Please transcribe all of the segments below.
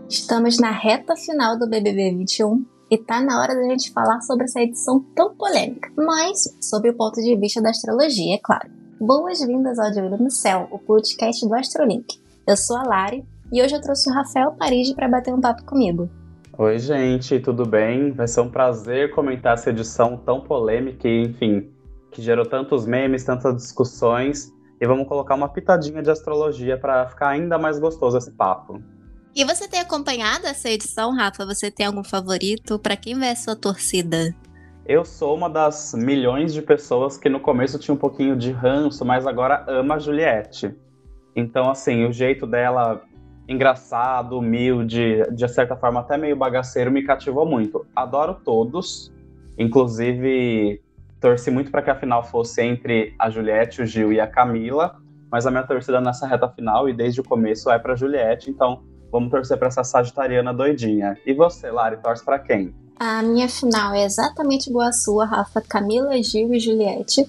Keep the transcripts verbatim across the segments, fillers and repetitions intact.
Estamos na reta final do B B B vinte e um e tá na hora da gente falar sobre essa edição tão polêmica, mas sob o ponto de vista da astrologia, é claro. Boas-vindas ao De Olho no Céu, o podcast do Astrolink. Eu sou a Lari e hoje eu trouxe o Rafael Parigi para bater um papo comigo. Oi, gente, tudo bem? Vai ser um prazer comentar essa edição tão polêmica e, enfim, que gerou tantos memes, tantas discussões. E vamos colocar uma pitadinha de astrologia para ficar ainda mais gostoso esse papo. E você tem acompanhado essa edição, Rafa? Você tem algum favorito? Para quem vai a sua torcida? Eu sou uma das milhões de pessoas que no começo tinha um pouquinho de ranço, mas agora ama a Juliette. Então, assim, o jeito dela engraçado, humilde, de certa forma até meio bagaceiro, me cativou muito. Adoro todos, inclusive torci muito para que a final fosse entre a Juliette, o Gil e a Camila, mas a minha torcida nessa reta final e desde o começo é para Juliette, então vamos torcer para essa sagitariana doidinha. E você, Lari, torce para quem? A minha final é exatamente igual à sua, Rafa, Camila, Gil e Juliette.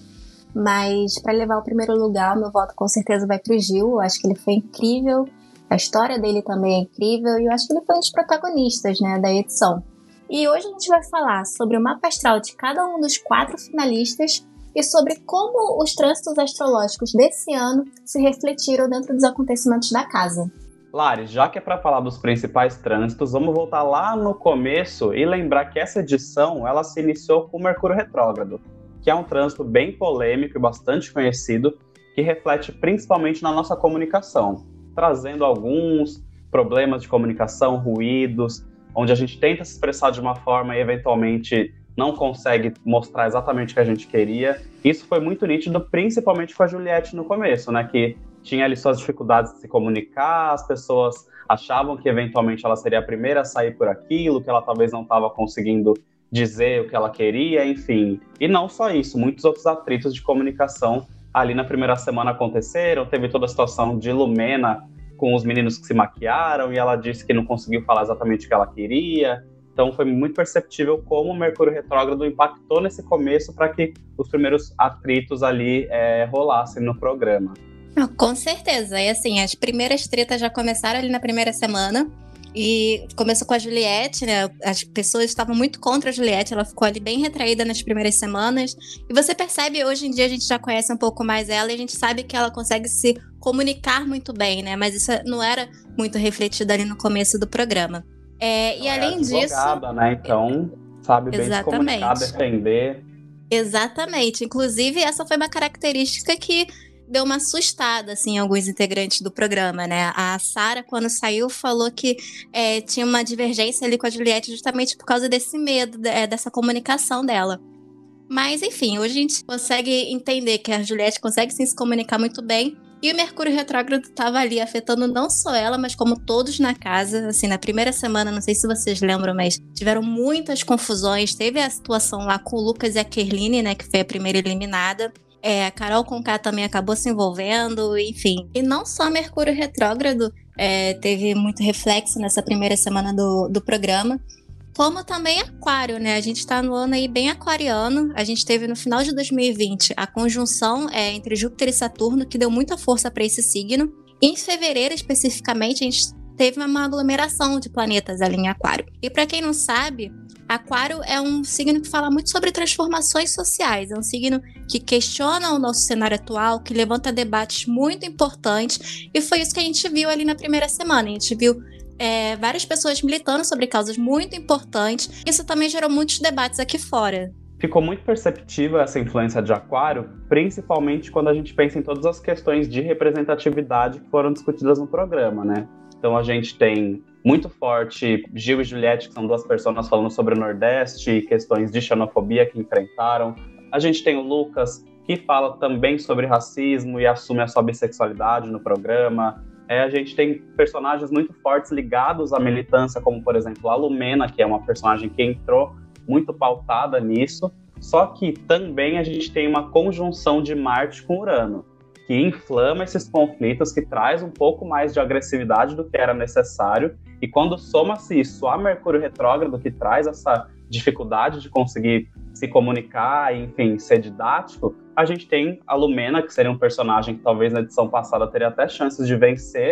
Mas para levar o primeiro lugar, o meu voto com certeza vai pro Gil. Eu acho que ele foi incrível, a história dele também é incrível e eu acho que ele foi um dos protagonistas, né, da edição. E hoje a gente vai falar sobre o mapa astral de cada um dos quatro finalistas e sobre como os trânsitos astrológicos desse ano se refletiram dentro dos acontecimentos da casa. Lari, já que é para falar dos principais trânsitos, vamos voltar lá no começo e lembrar que essa edição ela se iniciou com o Mercúrio retrógrado, que é um trânsito bem polêmico e bastante conhecido, que reflete principalmente na nossa comunicação, trazendo alguns problemas de comunicação, ruídos, onde a gente tenta se expressar de uma forma e eventualmente não consegue mostrar exatamente o que a gente queria. Isso foi muito nítido, principalmente com a Juliette no começo, né, que tinha ali suas dificuldades de se comunicar, as pessoas achavam que eventualmente ela seria a primeira a sair por aquilo, que ela talvez não estava conseguindo dizer o que ela queria, enfim. E não só isso, muitos outros atritos de comunicação ali na primeira semana aconteceram, teve toda a situação de Lumena com os meninos que se maquiaram e ela disse que não conseguiu falar exatamente o que ela queria. Então foi muito perceptível como o Mercúrio retrógrado impactou nesse começo para que os primeiros atritos ali é, rolassem no programa. Com certeza, e assim, as primeiras tretas já começaram ali na primeira semana, e começou com a Juliette, né, as pessoas estavam muito contra a Juliette, ela ficou ali bem retraída nas primeiras semanas, e você percebe, hoje em dia a gente já conhece um pouco mais ela, e a gente sabe que ela consegue se comunicar muito bem, né, mas isso não era muito refletido ali no começo do programa. É, e é além advogada, disso... né, então sabe bem se comunicar, defender. Exatamente, inclusive essa foi uma característica que deu uma assustada, assim, em alguns integrantes do programa, né? A Sara, quando saiu, falou que é, tinha uma divergência ali com a Juliette justamente por causa desse medo, é, dessa comunicação dela. Mas, enfim, hoje a gente consegue entender que a Juliette consegue sim se comunicar muito bem. E o Mercúrio retrógrado estava ali afetando não só ela, mas como todos na casa. Assim, na primeira semana, não sei se vocês lembram, mas tiveram muitas confusões. Teve a situação lá com o Lucas e a Kerline, né, que foi a primeira eliminada. É, a Carol Conká também acabou se envolvendo, enfim. E não só Mercúrio retrógrado é, teve muito reflexo nessa primeira semana do, do programa, como também Aquário, né? A gente tá no ano aí bem aquariano. A gente teve no final de dois mil e vinte a conjunção é, entre Júpiter e Saturno, que deu muita força para esse signo. E em fevereiro, especificamente, a gente teve uma aglomeração de planetas ali em Aquário. E para quem não sabe, Aquário é um signo que fala muito sobre transformações sociais. É um signo que questiona o nosso cenário atual, que levanta debates muito importantes. E foi isso que a gente viu ali na primeira semana. A gente viu é, várias pessoas militando sobre causas muito importantes. Isso também gerou muitos debates aqui fora. Ficou muito perceptível essa influência de Aquário, principalmente quando a gente pensa em todas as questões de representatividade que foram discutidas no programa, né? Então a gente tem muito forte Gil e Juliette, que são duas pessoas falando sobre o Nordeste e questões de xenofobia que enfrentaram. A gente tem o Lucas, que fala também sobre racismo e assume a sua bissexualidade no programa. É, a gente tem personagens muito fortes ligados à militância, como, por exemplo, a Lumena, que é uma personagem que entrou muito pautada nisso. Só que também a gente tem uma conjunção de Marte com Urano, que inflama esses conflitos, que traz um pouco mais de agressividade do que era necessário. E quando soma-se isso a Mercúrio retrógrado, que traz essa dificuldade de conseguir se comunicar, enfim, ser didático, a gente tem a Lumena, que seria um personagem que talvez na edição passada teria até chances de vencer,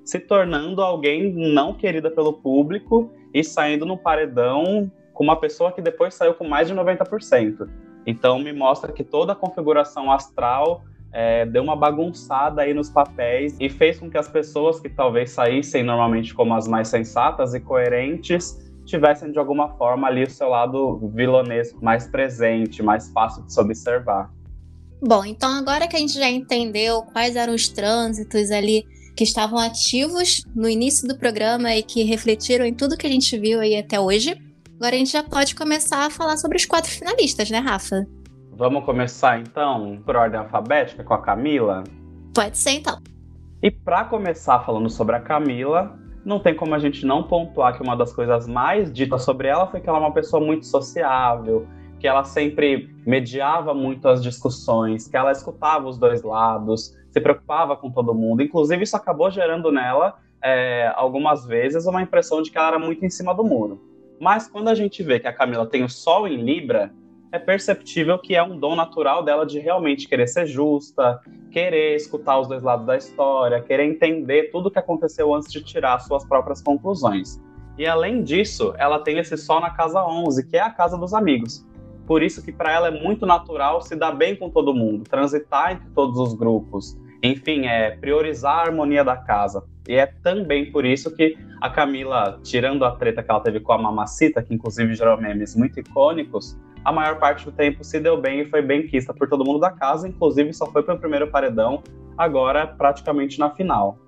se tornando alguém não querida pelo público e saindo no paredão com uma pessoa que depois saiu com mais de noventa por cento. Então me mostra que toda a configuração astral é, deu uma bagunçada aí nos papéis e fez com que as pessoas que talvez saíssem normalmente como as mais sensatas e coerentes tivessem de alguma forma ali o seu lado vilonesco mais presente, mais fácil de se observar. Bom, então agora que a gente já entendeu quais eram os trânsitos ali que estavam ativos no início do programa e que refletiram em tudo que a gente viu aí até hoje, agora a gente já pode começar a falar sobre os quatro finalistas, né, Rafa? Vamos começar então por ordem alfabética com a Camila? Pode ser então. E para começar falando sobre a Camila, não tem como a gente não pontuar que uma das coisas mais ditas sobre ela foi que ela é uma pessoa muito sociável, que ela sempre mediava muito as discussões, que ela escutava os dois lados, se preocupava com todo mundo. Inclusive, isso acabou gerando nela, é, algumas vezes, uma impressão de que ela era muito em cima do muro. Mas quando a gente vê que a Camila tem o Sol em Libra, é perceptível que é um dom natural dela de realmente querer ser justa, querer escutar os dois lados da história, querer entender tudo o que aconteceu antes de tirar suas próprias conclusões. E além disso, ela tem esse Sol na casa onze, que é a casa dos amigos. Por isso que para ela é muito natural se dar bem com todo mundo, transitar entre todos os grupos, enfim, é priorizar a harmonia da casa. E é também por isso que a Camila, tirando a treta que ela teve com a Mamacita, que inclusive gerou memes muito icônicos, a maior parte do tempo se deu bem e foi bem quista por todo mundo da casa, inclusive só foi para o primeiro paredão, agora praticamente na final.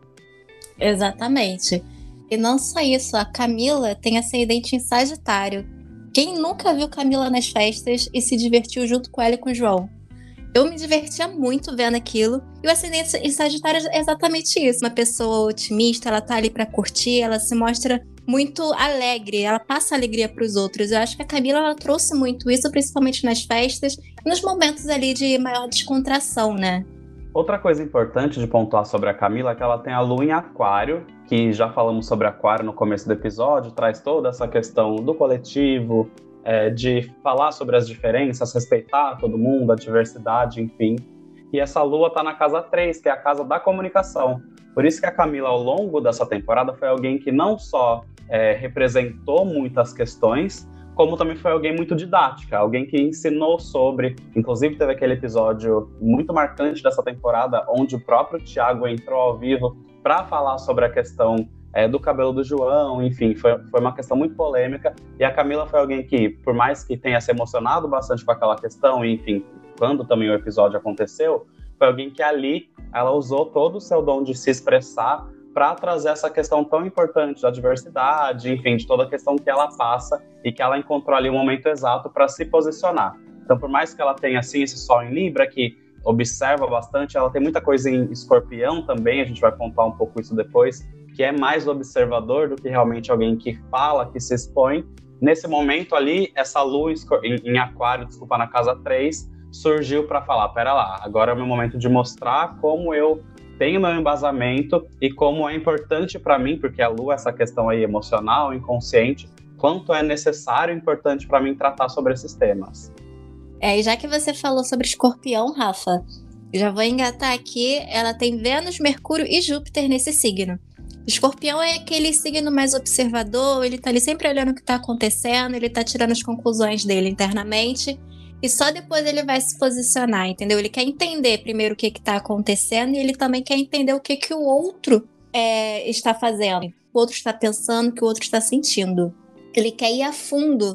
Exatamente. E não só isso, a Camila tem ascendente em Sagitário. Quem nunca viu Camila nas festas e se divertiu junto com ela e com o João? Eu me divertia muito vendo aquilo. E o ascendente em Sagitário é exatamente isso. Uma pessoa otimista, ela tá ali pra curtir, ela se mostra muito alegre, ela passa alegria pros outros. Eu acho que a Camila, ela trouxe muito isso, principalmente nas festas e nos momentos ali de maior descontração, né? Outra coisa importante de pontuar sobre a Camila é que ela tem a Lua em Aquário, que já falamos sobre Aquário no começo do episódio, traz toda essa questão do coletivo, é, de falar sobre as diferenças, respeitar todo mundo, a diversidade, enfim. E essa Lua está na casa três, que é a casa da comunicação. Por isso que a Camila, ao longo dessa temporada, foi alguém que não só é, representou muitas questões, como também foi alguém muito didática, alguém que ensinou sobre... Inclusive, teve aquele episódio muito marcante dessa temporada, onde o próprio Thiago entrou ao vivo para falar sobre a questão é, do cabelo do João, enfim, foi, foi uma questão muito polêmica, e a Camila foi alguém que, por mais que tenha se emocionado bastante com aquela questão, e, enfim, quando também o episódio aconteceu, foi alguém que ali, ela usou todo o seu dom de se expressar para trazer essa questão tão importante da diversidade, enfim, de toda a questão que ela passa e que ela encontrou ali o momento exato para se posicionar. Então, por mais que ela tenha, assim, esse Sol em Libra, que observa bastante, ela tem muita coisa em Escorpião também, a gente vai contar um pouco isso depois, que é mais observador do que realmente alguém que fala, que se expõe. Nesse momento ali, essa Lua em, em Aquário, desculpa, na casa três, surgiu para falar, pera lá, agora é o meu momento de mostrar como eu tenho meu embasamento e como é importante para mim, porque a Lua, essa questão aí emocional, inconsciente, quanto é necessário e importante para mim tratar sobre esses temas. É, e já que você falou sobre Escorpião, Rafa, já vou engatar aqui, ela tem Vênus, Mercúrio e Júpiter nesse signo. Escorpião é aquele signo mais observador, ele tá ali sempre olhando o que tá acontecendo, ele tá tirando as conclusões dele internamente, e só depois ele vai se posicionar, entendeu? Ele quer entender primeiro o que que tá acontecendo, e ele também quer entender o que que o outro é, está fazendo, o outro está pensando, o que o outro está sentindo. Ele quer ir a fundo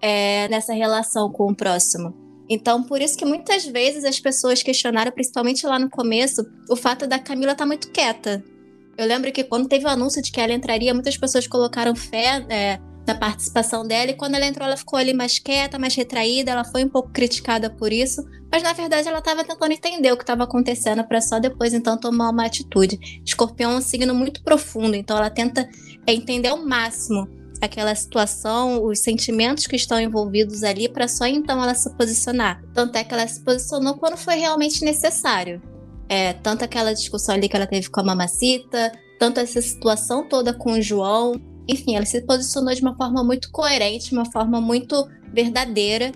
é, nessa relação com o próximo. Então, por isso que muitas vezes as pessoas questionaram, principalmente lá no começo, o fato da Camila estar muito quieta. Eu lembro que quando teve o anúncio de que ela entraria, muitas pessoas colocaram fé é, na participação dela, e quando ela entrou, ela ficou ali mais quieta, mais retraída, ela foi um pouco criticada por isso, mas na verdade ela estava tentando entender o que estava acontecendo para só depois então tomar uma atitude. Escorpião é um signo muito profundo, então ela tenta é, entender ao máximo aquela situação, os sentimentos que estão envolvidos ali, para só então ela se posicionar. Tanto é que ela se posicionou quando foi realmente necessário. É, tanto aquela discussão ali que ela teve com a Mamacita, tanto essa situação toda com o João. Enfim, ela se posicionou de uma forma muito coerente, de uma forma muito verdadeira.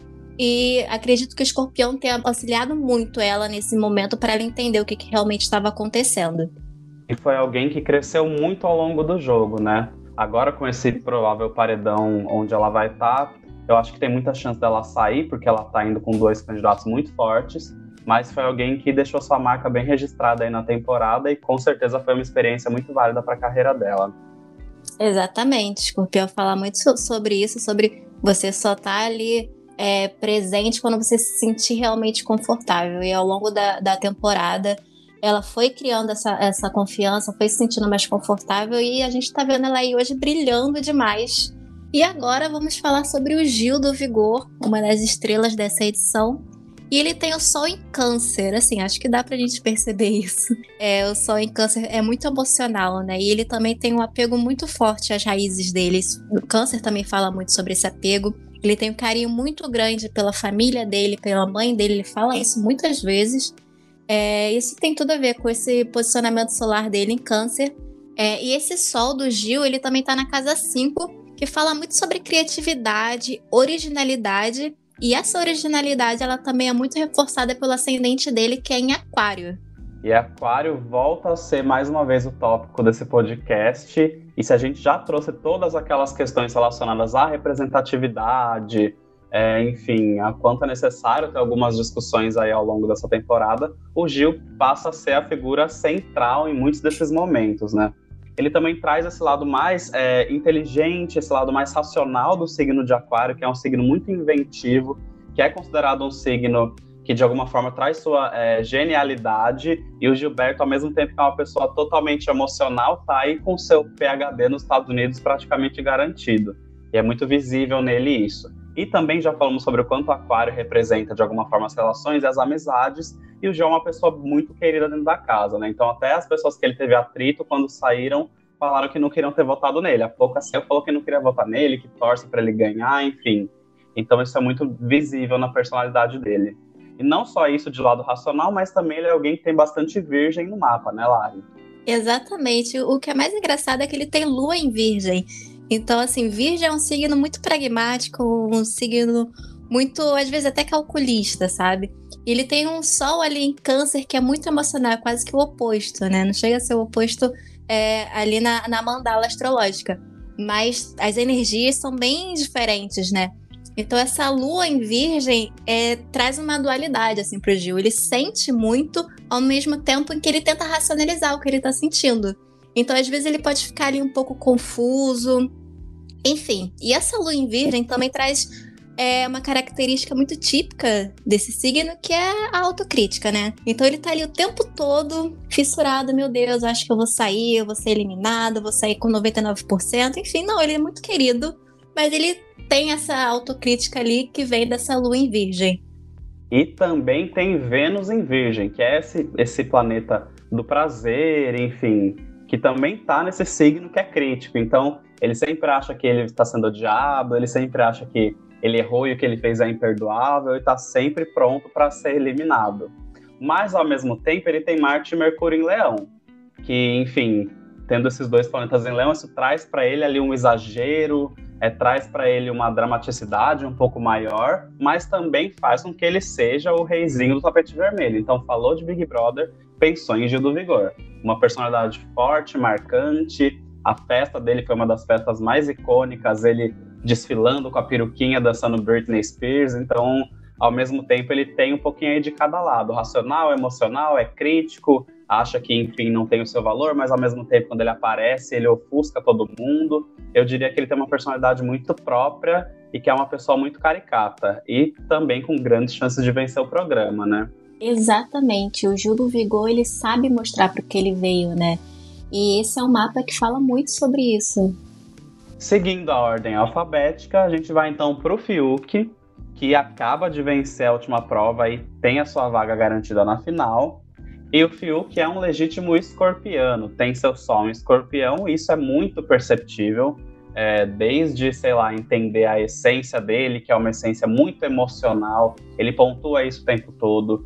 E acredito que o Escorpião tenha auxiliado muito ela nesse momento para ela entender o que, que realmente estava acontecendo. E foi alguém que cresceu muito ao longo do jogo, né? Agora com esse provável paredão onde ela vai estar, eu acho que tem muita chance dela sair, porque ela tá indo com dois candidatos muito fortes, mas foi alguém que deixou sua marca bem registrada aí na temporada e com certeza foi uma experiência muito válida para a carreira dela. Exatamente, Escorpião fala muito so- sobre isso, sobre você só estar ali é, presente quando você se sentir realmente confortável. E ao longo da, da temporada, ela foi criando essa, essa confiança, foi se sentindo mais confortável e a gente tá vendo ela aí hoje brilhando demais. E agora vamos falar sobre o Gil do Vigor, uma das estrelas dessa edição. E ele tem o Sol em Câncer, assim, acho que dá pra gente perceber isso. É, o Sol em Câncer é muito emocional, né? E ele também tem um apego muito forte às raízes dele. O Câncer também fala muito sobre esse apego. Ele tem um carinho muito grande pela família dele, pela mãe dele, ele fala isso muitas vezes. É, isso tem tudo a ver com esse posicionamento solar dele em Câncer. É, e esse Sol do Gil, ele também tá na casa cinco, que fala muito sobre criatividade, originalidade. E essa originalidade, ela também é muito reforçada pelo ascendente dele, que é em Aquário. E Aquário volta a ser mais uma vez o tópico desse podcast. E se a gente já trouxe todas aquelas questões relacionadas à representatividade, é, enfim, a quanto é necessário ter algumas discussões aí ao longo dessa temporada, o Gil passa a ser a figura central em muitos desses momentos, né? Ele também traz esse lado mais é, inteligente, esse lado mais racional do signo de Aquário, que é um signo muito inventivo, que é considerado um signo que de alguma forma traz sua é, genialidade, e o Gilberto, ao mesmo tempo que é uma pessoa totalmente emocional, tá aí com seu P H D nos Estados Unidos praticamente garantido. E é muito visível nele isso. E também já falamos sobre o quanto o Aquário representa de alguma forma as relações e as amizades, e o Gil é uma pessoa muito querida dentro da casa, né? Então até as pessoas que ele teve atrito, quando saíram, falaram que não queriam ter votado nele. A pouco assim, eu falou que não queria votar nele, que torce para ele ganhar, enfim. Então isso é muito visível na personalidade dele. E não só isso de lado racional, mas também ele é alguém que tem bastante virgem no mapa, né, Lari? Exatamente. O que é mais engraçado é que ele tem lua em Virgem. Então, assim, Virgem é um signo muito pragmático, um signo muito, às vezes, até calculista, sabe? E ele tem um Sol ali em Câncer que é muito emocional, é quase que o oposto, né? Não chega a ser o oposto é, ali na, na mandala astrológica. Mas as energias são bem diferentes, né? Então essa lua em Virgem é, traz uma dualidade assim pro Gil. Ele sente muito ao mesmo tempo em que ele tenta racionalizar o que ele tá sentindo. Então às vezes ele pode ficar ali um pouco confuso. Enfim, e essa lua em Virgem também traz é, uma característica muito típica desse signo, que é a autocrítica, né? Então ele tá ali o tempo todo fissurado, meu Deus, acho que eu vou sair, eu vou ser eliminado, eu vou sair com noventa e nove por cento. Enfim, não, ele é muito querido, mas ele tem essa autocrítica ali que vem dessa lua em Virgem. E também tem Vênus em Virgem, que é esse, esse planeta do prazer, enfim, que também tá nesse signo que é crítico. Então, ele sempre acha que ele está sendo odiado, ele sempre acha que ele errou e o que ele fez é imperdoável e tá sempre pronto para ser eliminado. Mas, ao mesmo tempo, ele tem Marte e Mercúrio em Leão, que, enfim, tendo esses dois planetas em Leão, isso traz para ele ali um exagero, É, traz para ele uma dramaticidade um pouco maior, mas também faz com que ele seja o reizinho do tapete vermelho. Então, falou de Big Brother, pensou em Gil do Vigor. Uma personalidade forte, marcante. A festa dele foi uma das festas mais icônicas, ele desfilando com a peruquinha, dançando Britney Spears. Então, ao mesmo tempo, ele tem um pouquinho aí de cada lado. Racional, emocional, é crítico, acha que, enfim, não tem o seu valor, mas ao mesmo tempo, quando ele aparece, ele ofusca todo mundo. Eu diria que ele tem uma personalidade muito própria e que é uma pessoa muito caricata. E também com grandes chances de vencer o programa, né? Exatamente. O Gil do Vigor, ele sabe mostrar para o que ele veio, né? E esse é um mapa que fala muito sobre isso. Seguindo a ordem alfabética, a gente vai então pro Fiuk, que acaba de vencer a última prova e tem a sua vaga garantida na final. E o Fiuk é um legítimo escorpiano, tem seu sol em escorpião, e isso é muito perceptível, é, desde, sei lá, entender a essência dele, que é uma essência muito emocional, ele pontua isso o tempo todo,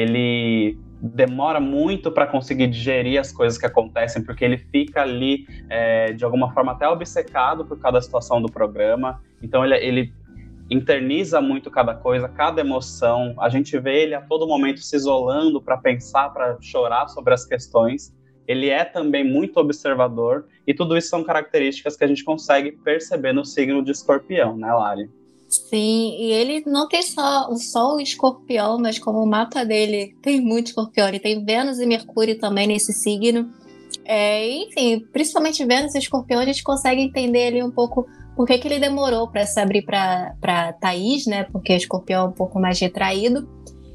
ele demora muito para conseguir digerir as coisas que acontecem, porque ele fica ali, é, de alguma forma, até obcecado por cada situação do programa, então ele... ele interniza muito cada coisa, cada emoção. A gente vê ele a todo momento se isolando para pensar, para chorar sobre as questões. ele é também muito observador, e tudo isso são características que a gente consegue perceber no signo de Escorpião, né, Lari? Sim, e ele não tem só o Sol e Escorpião, mas como o mapa dele tem muito Escorpião, ele tem Vênus e Mercúrio também nesse signo. É, enfim, principalmente Vênus e Escorpião, a gente consegue entender ali um pouco por que, que ele demorou para se abrir para Thaís, né? Porque Escorpião é um pouco mais retraído.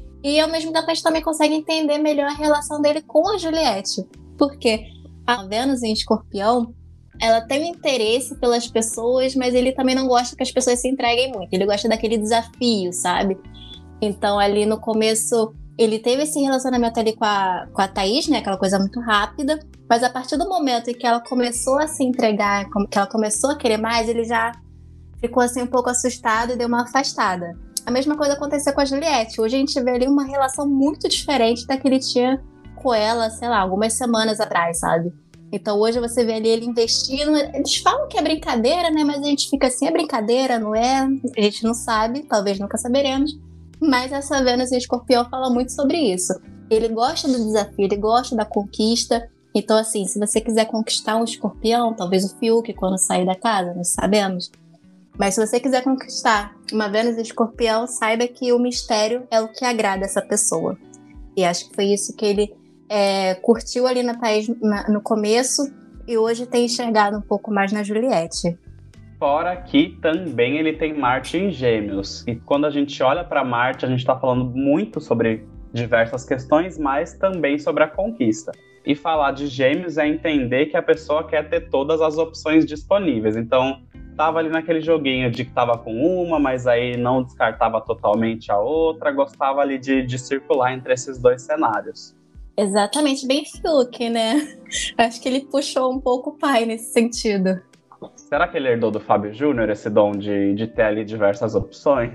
E ao mesmo tempo a gente também consegue entender melhor a relação dele com a Juliette. Porque a Vênus em Escorpião, ela tem um interesse pelas pessoas, mas ele também não gosta que as pessoas se entreguem muito. Ele gosta daquele desafio, sabe? Então, ali no começo, ele teve esse relacionamento ali com a, com a Thaís, né? Aquela coisa muito rápida. Mas a partir do momento em que ela começou a se entregar, que ela começou a querer mais, ele já ficou assim um pouco assustado e deu uma afastada. A mesma coisa aconteceu com a Juliette. Hoje a gente vê ali uma relação muito diferente da que ele tinha com ela, sei lá, algumas semanas atrás, sabe? Então hoje você vê ali ele investindo, eles falam que é brincadeira, né, mas a gente fica assim, é brincadeira, não é? A gente não sabe, talvez nunca saberemos, mas essa Vênus em Escorpião fala muito sobre isso. Ele gosta do desafio, ele gosta da conquista, então assim, se você quiser conquistar um Escorpião, talvez o Fiuk quando sair da casa, não sabemos, mas se você quiser conquistar uma Vênus em Escorpião, saiba que o mistério é o que agrada essa pessoa, e acho que foi isso que ele É, curtiu ali na Thaís na, no começo e hoje tem enxergado um pouco mais na Juliette. Fora que também ele tem Marte em Gêmeos. E quando a gente olha para Marte, a gente está falando muito sobre diversas questões, mas também sobre a conquista. E falar de Gêmeos é entender que a pessoa quer ter todas as opções disponíveis. Então, tava ali naquele joguinho de que tava com uma, mas aí não descartava totalmente a outra, gostava ali de, de circular entre esses dois cenários. Exatamente, bem Fiuk, né? Acho que ele puxou um pouco o pai nesse sentido. Será que ele herdou do Fábio Júnior esse dom de, de ter ali diversas opções?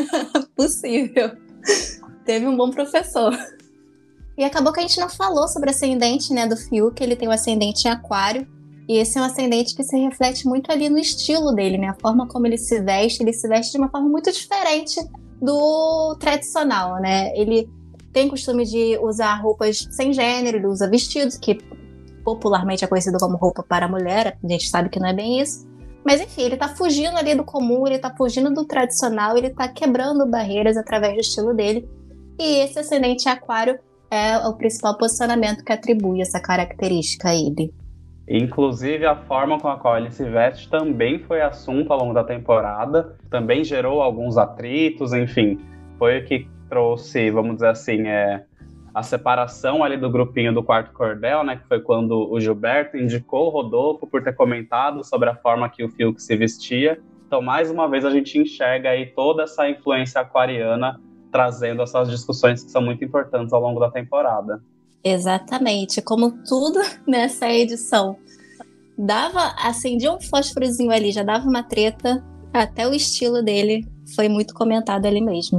Possível. Teve um bom professor. E acabou que a gente não falou sobre o ascendente, né, do Fiuk. Ele tem o ascendente em Aquário. E esse é um ascendente que se reflete muito ali no estilo dele, né? A forma como ele se veste. Ele se veste de uma forma muito diferente do tradicional, né? Ele tem costume de usar roupas sem gênero, ele usa vestidos, que popularmente é conhecido como roupa para mulher, a gente sabe que não é bem isso. Mas enfim, ele tá fugindo ali do comum, ele tá fugindo do tradicional, ele tá quebrando barreiras através do estilo dele. E esse ascendente Aquário é o principal posicionamento que atribui essa característica a ele. Inclusive, a forma com a qual ele se veste também foi assunto ao longo da temporada, também gerou alguns atritos, enfim, foi o que trouxe, vamos dizer assim, é, a separação ali do grupinho do Quarto Cordel, né, que foi quando o Gilberto indicou o Rodolfo por ter comentado sobre a forma que o Fiuk se vestia. Então, mais uma vez, a gente enxerga aí toda essa influência aquariana trazendo essas discussões que são muito importantes ao longo da temporada. Exatamente, como tudo nessa edição. Dava, acendia um fósforozinho ali, já dava uma treta, até o estilo dele foi muito comentado ali mesmo.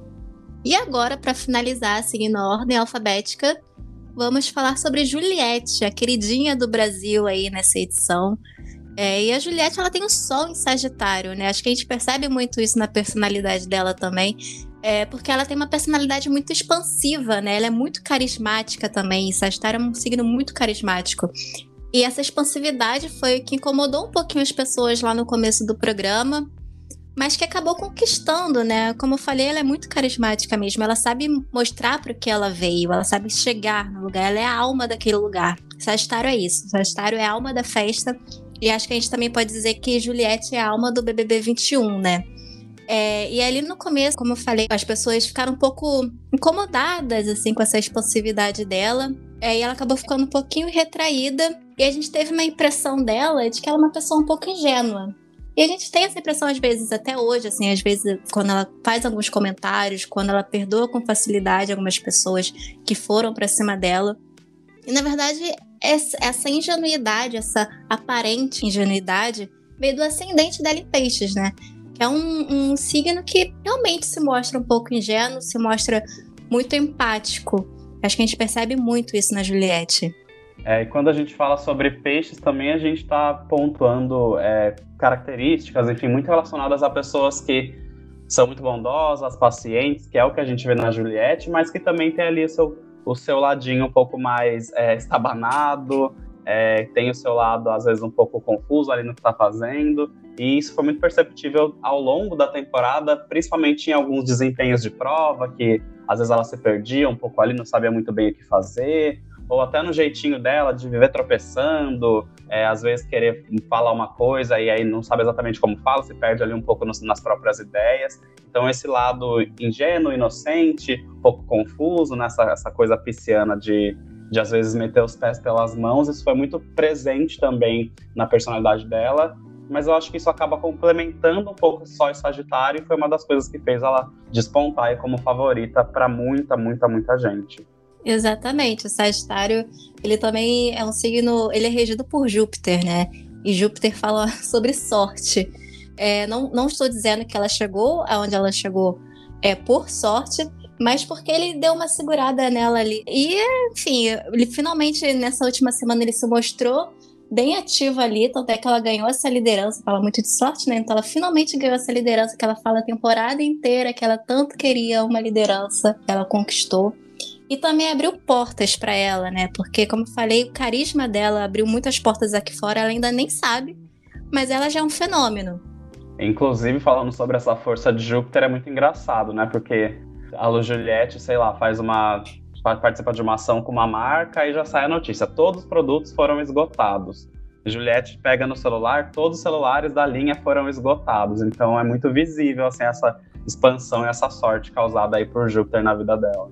E agora, para finalizar, seguindo a ordem alfabética, vamos falar sobre Juliette, a queridinha do Brasil aí nessa edição. É, e a Juliette, ela tem um sol em Sagitário, né? Acho que a gente percebe muito isso na personalidade dela também, é, porque ela tem uma personalidade muito expansiva, né? Ela é muito carismática também, e Sagitário é um signo muito carismático. E essa expansividade foi o que incomodou um pouquinho as pessoas lá no começo do programa, mas que acabou conquistando, né? Como eu falei, ela é muito carismática mesmo. Ela sabe mostrar para o que ela veio, ela sabe chegar no lugar, ela é a alma daquele lugar. Sagitário é isso, Sagitário é a alma da festa. E acho que a gente também pode dizer que Juliette é a alma do B B B vinte e um, né? É, e ali no começo, como eu falei, as pessoas ficaram um pouco incomodadas, assim, com essa expansividade dela. É, e ela acabou ficando um pouquinho retraída. E a gente teve uma impressão dela de que ela é uma pessoa um pouco ingênua. E a gente tem essa impressão às vezes, até hoje, assim, às vezes quando ela faz alguns comentários, quando ela perdoa com facilidade algumas pessoas que foram pra cima dela. E na verdade, essa ingenuidade, essa aparente ingenuidade, veio do ascendente dela em Peixes, né? Que é um, um signo que realmente se mostra um pouco ingênuo, se mostra muito empático. Acho que a gente percebe muito isso na Juliette. É, e quando a gente fala sobre peixes também, a gente está pontuando é, características, enfim, muito relacionadas a pessoas que são muito bondosas, pacientes, que é o que a gente vê na Juliette, mas que também tem ali o seu o seu ladinho um pouco mais é, estabanado, é, tem o seu lado, às vezes, um pouco confuso ali no que está fazendo, e isso foi muito perceptível ao longo da temporada, principalmente em alguns desempenhos de prova, que às vezes ela se perdia um pouco ali, não sabia muito bem o que fazer, ou até no jeitinho dela de viver tropeçando, é, às vezes querer falar uma coisa e aí não sabe exatamente como fala, se perde ali um pouco nos, nas próprias ideias. Então esse lado ingênuo, inocente, um pouco confuso, nessa essa coisa pisciana de, de às vezes meter os pés pelas mãos, isso foi muito presente também na personalidade dela, mas eu acho que isso acaba complementando um pouco só o Sagitário e foi uma das coisas que fez ela despontar aí como favorita para muita, muita, muita gente. Exatamente, o Sagitário, ele também é um signo, ele é regido por Júpiter, né? E Júpiter fala sobre sorte. É, não, não estou dizendo que ela chegou aonde ela chegou é, por sorte, mas porque ele deu uma segurada nela ali. E, enfim, ele finalmente, nessa última semana, ele se mostrou bem ativa ali, tanto é que ela ganhou essa liderança, fala muito de sorte, né? Então ela finalmente ganhou essa liderança que ela fala a temporada inteira, que ela tanto queria uma liderança, ela conquistou. E também abriu portas para ela, né? Porque, como eu falei, o carisma dela abriu muitas portas aqui fora, ela ainda nem sabe, mas ela já é um fenômeno. Inclusive, falando sobre essa força de Júpiter, é muito engraçado, né? Porque a Lu Juliette, sei lá, faz uma... participa de uma ação com uma marca e já sai a notícia. Todos os produtos foram esgotados. Juliette pega no celular, todos os celulares da linha foram esgotados. Então é muito visível, assim, essa expansão e essa sorte causada aí por Júpiter na vida dela.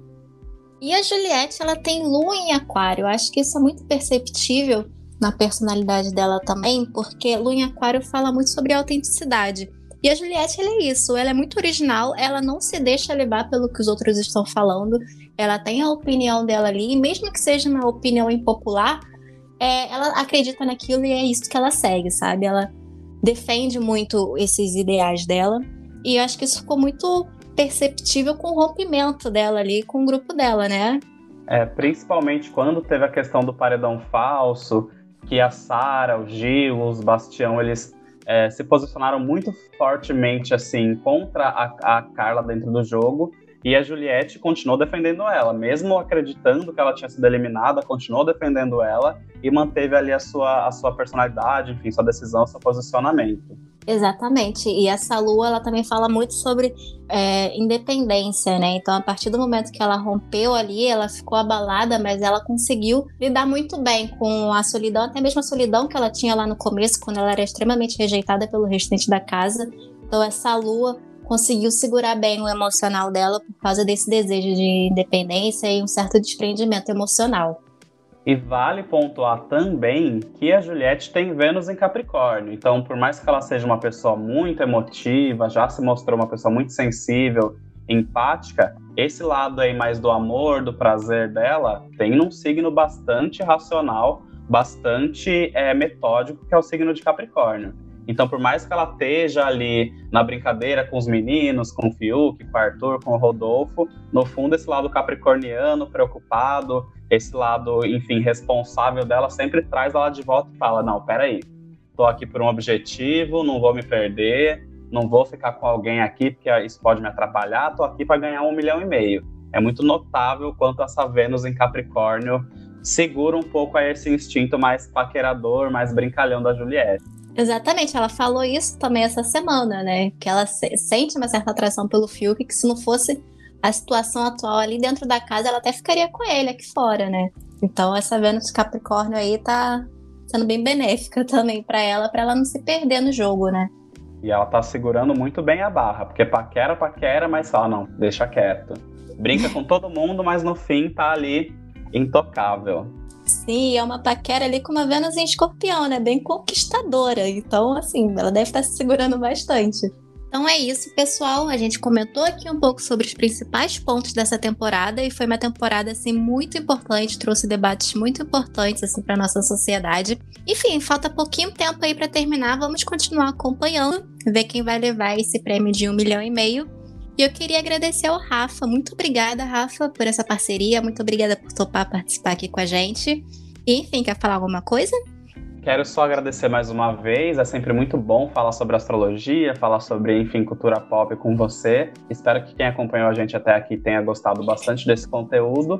E a Juliette, ela tem lua em aquário. Eu acho que isso é muito perceptível na personalidade dela também, porque lua em aquário fala muito sobre autenticidade. E a Juliette, ela é isso, ela é muito original, ela não se deixa levar pelo que os outros estão falando, ela tem a opinião dela ali, e mesmo que seja uma opinião impopular, é, ela acredita naquilo e é isso que ela segue, sabe? Ela defende muito esses ideais dela, e eu acho que isso ficou muito perceptível com o rompimento dela ali, com o grupo dela, né? É, principalmente quando teve a questão do paredão falso, que a Sara, o Gil, os Bastião, eles é, se posicionaram muito fortemente assim contra a, a Carla dentro do jogo, e a Juliette continuou defendendo ela, mesmo acreditando que ela tinha sido eliminada, continuou defendendo ela e manteve ali a sua, a sua personalidade, enfim, sua decisão, seu posicionamento. Exatamente, e essa lua, ela também fala muito sobre é, independência, né? Então, a partir do momento que ela rompeu ali, ela ficou abalada, mas ela conseguiu lidar muito bem com a solidão, até mesmo a solidão que ela tinha lá no começo, quando ela era extremamente rejeitada pelo restante da casa. Então, essa lua conseguiu segurar bem o emocional dela por causa desse desejo de independência e um certo desprendimento emocional. E vale pontuar também que a Juliette tem Vênus em Capricórnio. Então, por mais que ela seja uma pessoa muito emotiva, já se mostrou uma pessoa muito sensível, empática, esse lado aí mais do amor, do prazer dela, tem um signo bastante racional, bastante é, metódico, que é o signo de Capricórnio. Então, por mais que ela esteja ali na brincadeira com os meninos, com o Fiuk, com o Arthur, com o Rodolfo, no fundo, esse lado capricorniano, preocupado, esse lado, enfim, responsável dela, sempre traz ela de volta e fala, não, peraí, tô aqui por um objetivo, não vou me perder, não vou ficar com alguém aqui, porque isso pode me atrapalhar, tô aqui para ganhar um milhão e meio. É muito notável quanto essa Vênus em Capricórnio segura um pouco a esse instinto mais paquerador, mais brincalhão da Juliette. Exatamente, ela falou isso também essa semana, né? Que ela se- sente uma certa atração pelo Fiuk, que se não fosse a situação atual ali dentro da casa, ela até ficaria com ele aqui fora, né? Então essa Vênus de Capricórnio aí tá sendo bem benéfica também pra ela, pra ela não se perder no jogo, né? E ela tá segurando muito bem a barra, porque paquera, paquera, mas fala, não, deixa quieto. Brinca com todo mundo, mas no fim tá ali intocável. Sim, é uma paquera ali com uma Vênus em Escorpião, né? Bem conquistadora. Então, assim, ela deve estar se segurando bastante. Então é isso, pessoal. A gente comentou aqui um pouco sobre os principais pontos dessa temporada e foi uma temporada, assim, muito importante. Trouxe debates muito importantes, assim, para nossa sociedade. Enfim, falta pouquinho tempo aí para terminar. Vamos continuar acompanhando, ver quem vai levar esse prêmio de um milhão e meio. E eu queria agradecer ao Rafa. Muito obrigada, Rafa, por essa parceria. Muito obrigada por topar participar aqui com a gente. E, enfim, quer falar alguma coisa? Quero só agradecer mais uma vez. É sempre muito bom falar sobre astrologia, falar sobre, enfim, cultura pop com você. Espero que quem acompanhou a gente até aqui tenha gostado bastante desse conteúdo.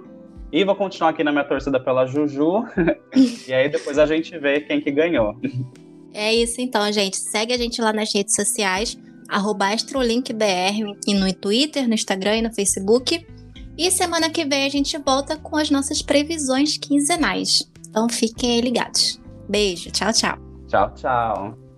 E vou continuar aqui na minha torcida pela Juju. E aí depois a gente vê quem que ganhou. É isso então, gente. Segue a gente lá nas redes sociais, arroba astrolinkbr, e no Twitter, no Instagram e no Facebook. E semana que vem a gente volta com as nossas previsões quinzenais. Então fiquem ligados. Beijo, tchau, tchau. Tchau, tchau.